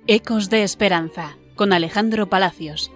Ecos de Esperanza, con Alejandro Palacios.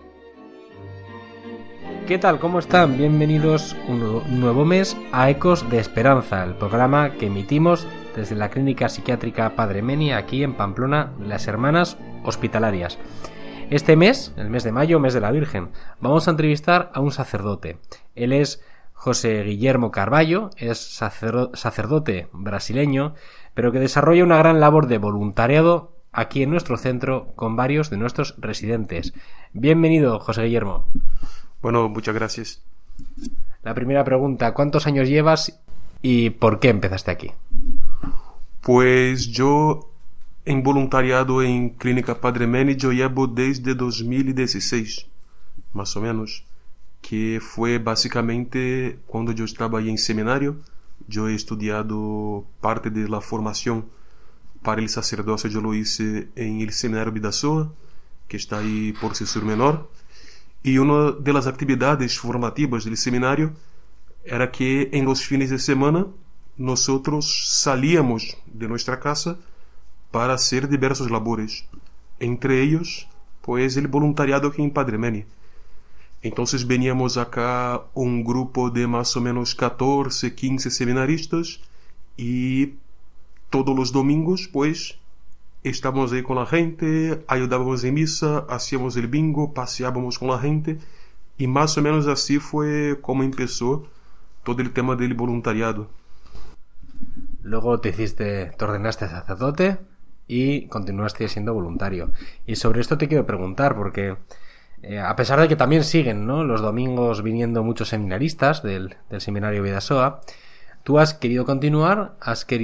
¿Qué tal? ¿Cómo están? Bienvenidos un nuevo mes a Ecos de Esperanza, el programa que emitimos desde la Clínica Psiquiátrica Padre Meni, aquí en Pamplona, las Hermanas Hospitalarias. Este mes, el mes de mayo, mes de la Virgen, vamos a entrevistar a un sacerdote. Él es José Guillermo Carvalho, es sacerdote brasileño, pero que desarrolla una gran labor de voluntariado aquí en nuestro centro con varios de nuestros residentes. Bienvenido, José Guillermo. Bueno, muchas gracias. La primera pregunta, ¿cuántos años llevas y por qué empezaste aquí? Pues yo en voluntariado en Clínica Padre Meni yo llevo desde 2016, más o menos, que fue básicamente cuando yo estaba ahí en seminario. Yo he estudiado parte de la formación para el sacerdocio, yo lo hice en el Seminario Vidasoa, que está ahí por Sur Menor. Y una de las actividades formativas del seminario era que en los fines de semana nosotros salíamos de nuestra casa para hacer diversos labores. Entre ellos, pues el voluntariado aquí en Padre Meni. Entonces veníamos acá un grupo de más o menos 14, 15 seminaristas y todos los domingos, pues, estábamos ahí con la gente, ayudábamos en misa, hacíamos el bingo, paseábamos con la gente y más o menos así fue como empezó todo el tema del voluntariado. Luego te ordenaste sacerdote y continuaste siendo voluntario. Y sobre esto te quiero preguntar, porque a pesar de que también siguen, ¿no?, los domingos viniendo muchos seminaristas del Seminario Vidasoa, tú has querido continuar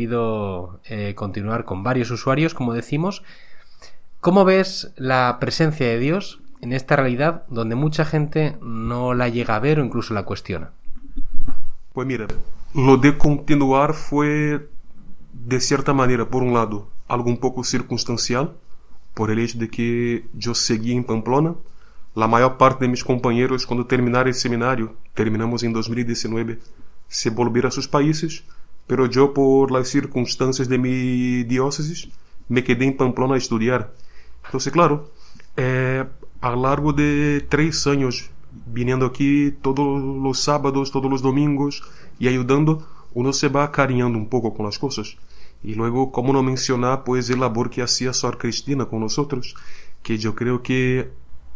con varios usuarios, como decimos. ¿Cómo ves la presencia de Dios en esta realidad donde mucha gente no la llega a ver o incluso la cuestiona? Pues mira, lo de continuar fue de cierta manera, por un lado, algo un poco circunstancial, por el hecho de que yo seguí en Pamplona. La mayor parte de mis compañeros, cuando terminaron el seminario, terminamos en 2019, se volvieron a sus países, pero yo, por las circunstancias de mi diócesis, me quedé en Pamplona a estudiar. Entonces, claro, a lo largo de 3 años viniendo aquí todos los sábados, todos los domingos y ayudando, uno se va acariñando un poco con las cosas. Y luego, cómo no mencionar, pues, el labor que hacía Sor Cristina con nosotros, que yo creo que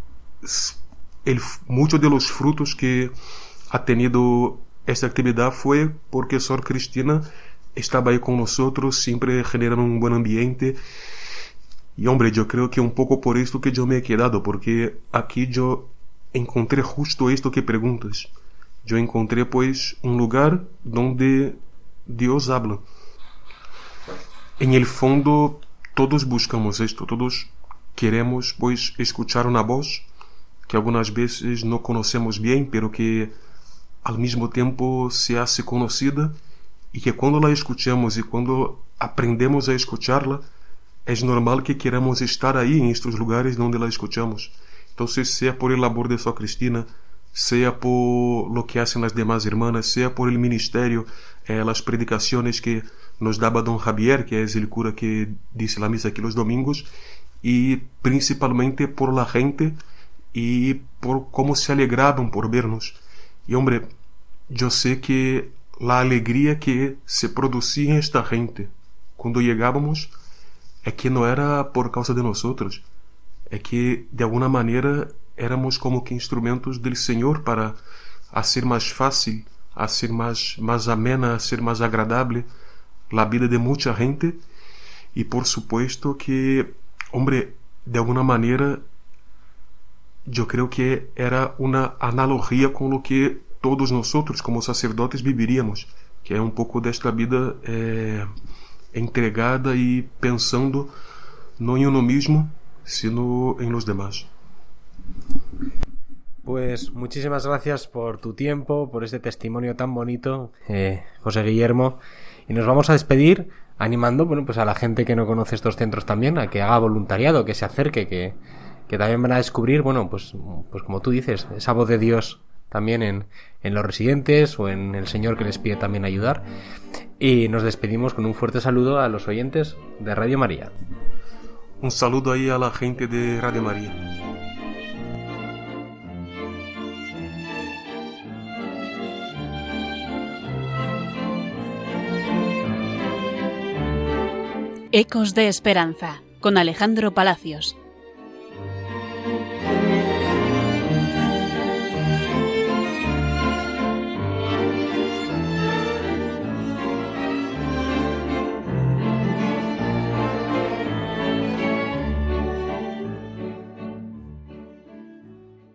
muchos de los frutos que ha tenido esta actividad fue porque Sor Cristina estaba ahí con nosotros, siempre generando un buen ambiente. Y hombre, yo creo que un poco por esto que yo me he quedado, porque aquí yo encontré justo esto que preguntas. Yo encontré pues un lugar donde Dios habla. En el fondo todos buscamos esto, todos queremos pues escuchar una voz que algunas veces no conocemos bien, pero que al mismo tiempo se hace conocida, y que cuando la escuchamos y cuando aprendemos a escucharla, es normal que queramos estar ahí en estos lugares donde la escuchamos. Entonces, sea por el labor de Sor Cristina, sea por lo que hacen las demás hermanas, sea por el ministerio, las predicaciones que nos daba don Javier, que es el cura que dice la misa aquí los domingos, y principalmente por la gente y por cómo se alegraban por vernos. Y hombre, yo sé que la alegría que se producía en esta gente cuando llegábamos es que no era por causa de nosotros, es que de alguna manera éramos como que instrumentos del Señor para hacer más fácil, hacer más amena, hacer más agradable la vida de mucha gente. Y por supuesto que, hombre, de alguna manera yo creo que era una analogía con lo que todos nosotros como sacerdotes viviríamos, que es un poco de esta vida entregada y pensando no en uno mismo, sino en los demás. Pues muchísimas gracias por tu tiempo, por este testimonio tan bonito, José Guillermo, y nos vamos a despedir animando, bueno, pues a la gente que no conoce estos centros también, a que haga voluntariado, que se acerque, que también van a descubrir, bueno, pues como tú dices, esa voz de Dios también en los residentes o en el Señor que les pide también ayudar. Y nos despedimos con un fuerte saludo a los oyentes de Radio María. Un saludo ahí a la gente de Radio María. Ecos de Esperanza, con Alejandro Palacios.